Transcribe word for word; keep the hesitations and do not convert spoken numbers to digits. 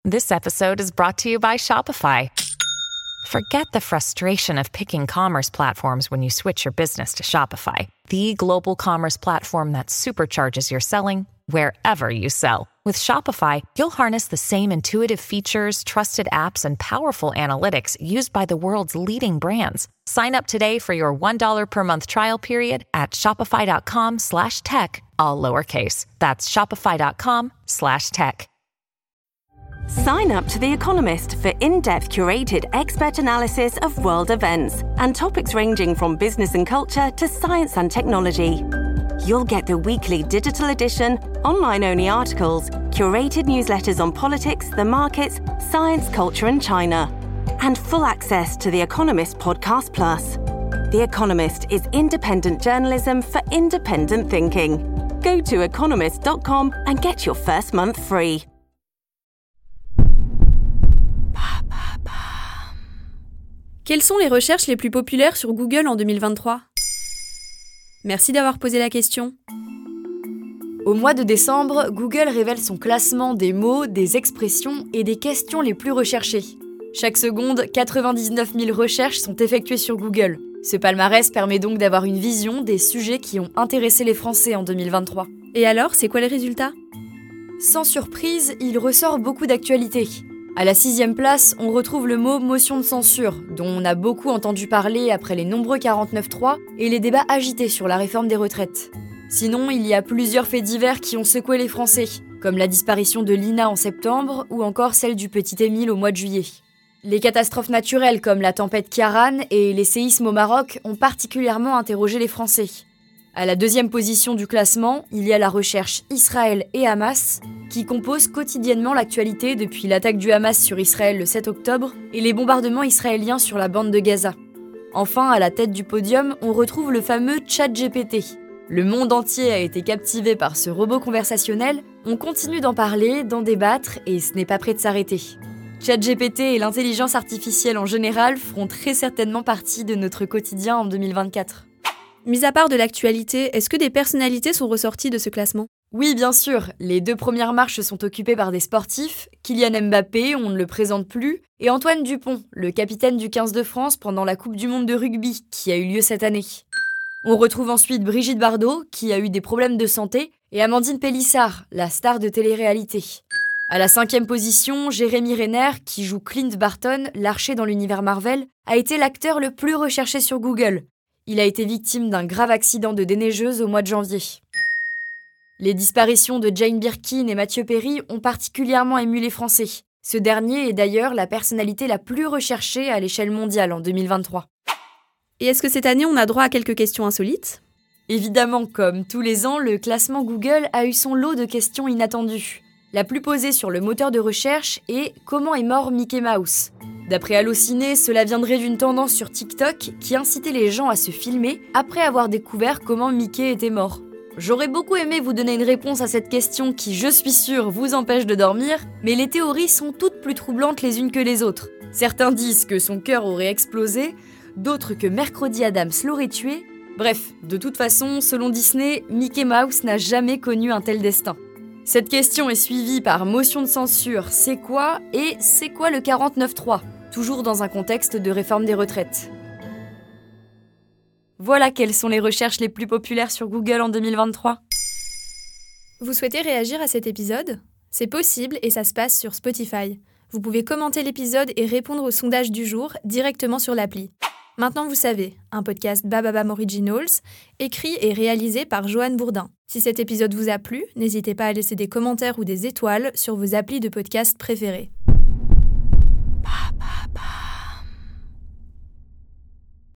This episode is brought to you by Shopify. Forget the frustration of picking commerce platforms when you switch your business to Shopify, the global commerce platform that supercharges your selling wherever you sell. With Shopify, you'll harness the same intuitive features, trusted apps, and powerful analytics used by the world's leading brands. Sign up today for your one dollar per month trial period at shopify.com slash tech, all lowercase. That's shopify.com slash tech. Sign up to The Economist for in-depth curated expert analysis of world events and topics ranging from business and culture to science and technology. You'll get the weekly digital edition, online-only articles, curated newsletters on politics, the markets, science, culture and China, and full access to The Economist Podcast Plus. The Economist is independent journalism for independent thinking. Go to economist dot com and get your first month free. Quelles sont les recherches les plus populaires sur Google en deux mille vingt-trois ? Merci d'avoir posé la question. Au mois de décembre, Google révèle son classement des mots, des expressions et des questions les plus recherchées. Chaque seconde, quatre-vingt-dix-neuf mille recherches sont effectuées sur Google. Ce palmarès permet donc d'avoir une vision des sujets qui ont intéressé les Français en deux mille vingt-trois. Et alors, c'est quoi les résultats ? Sans surprise, il ressort beaucoup d'actualités. À la sixième place, on retrouve le mot « motion de censure », dont on a beaucoup entendu parler après les nombreux quarante-neuf trois et les débats agités sur la réforme des retraites. Sinon, il y a plusieurs faits divers qui ont secoué les Français, comme la disparition de Lina en septembre ou encore celle du petit Émile au mois de juillet. Les catastrophes naturelles comme la tempête Ciarán et les séismes au Maroc ont particulièrement interrogé les Français. À la deuxième position du classement, il y a la recherche Israël et Hamas, qui composent quotidiennement l'actualité depuis l'attaque du Hamas sur Israël le sept octobre et les bombardements israéliens sur la bande de Gaza. Enfin, à la tête du podium, on retrouve le fameux ChatGPT. Le monde entier a été captivé par ce robot conversationnel, on continue d'en parler, d'en débattre, et ce n'est pas près de s'arrêter. ChatGPT et l'intelligence artificielle en général feront très certainement partie de notre quotidien en deux mille vingt-quatre. Mis à part de l'actualité, est-ce que des personnalités sont ressorties de ce classement ? Oui, bien sûr. Les deux premières marches sont occupées par des sportifs. Kylian Mbappé, on ne le présente plus, et Antoine Dupont, le capitaine du quinze de France pendant la Coupe du Monde de rugby, qui a eu lieu cette année. On retrouve ensuite Brigitte Bardot, qui a eu des problèmes de santé, et Amandine Pélissard, la star de télé-réalité. À la cinquième position, Jérémy Renner, qui joue Clint Barton, l'archer dans l'univers Marvel, a été l'acteur le plus recherché sur Google. Il a été victime d'un grave accident de déneigeuse au mois de janvier. Les disparitions de Jane Birkin et Mathieu Perry ont particulièrement ému les Français. Ce dernier est d'ailleurs la personnalité la plus recherchée à l'échelle mondiale en deux mille vingt-trois. Et est-ce que cette année, on a droit à quelques questions insolites ? Évidemment, comme tous les ans, le classement Google a eu son lot de questions inattendues. La plus posée sur le moteur de recherche est « Comment est mort Mickey Mouse ?» D'après Allociné, cela viendrait d'une tendance sur TikTok qui incitait les gens à se filmer après avoir découvert comment Mickey était mort. J'aurais beaucoup aimé vous donner une réponse à cette question qui, je suis sûre, vous empêche de dormir, mais les théories sont toutes plus troublantes les unes que les autres. Certains disent que son cœur aurait explosé, d'autres que Mercredi Adams l'aurait tué. Bref, de toute façon, selon Disney, Mickey Mouse n'a jamais connu un tel destin. Cette question est suivie par motion de censure, c'est quoi et c'est quoi le quarante-neuf trois, toujours dans un contexte de réforme des retraites. Voilà quelles sont les recherches les plus populaires sur Google en deux mille vingt-trois. Vous souhaitez réagir à cet épisode ? C'est possible et ça se passe sur Spotify. Vous pouvez commenter l'épisode et répondre au sondage du jour directement sur l'appli. Maintenant vous savez, un podcast Bababam Originals, écrit et réalisé par Joanne Bourdin. Si cet épisode vous a plu, n'hésitez pas à laisser des commentaires ou des étoiles sur vos applis de podcast préférés.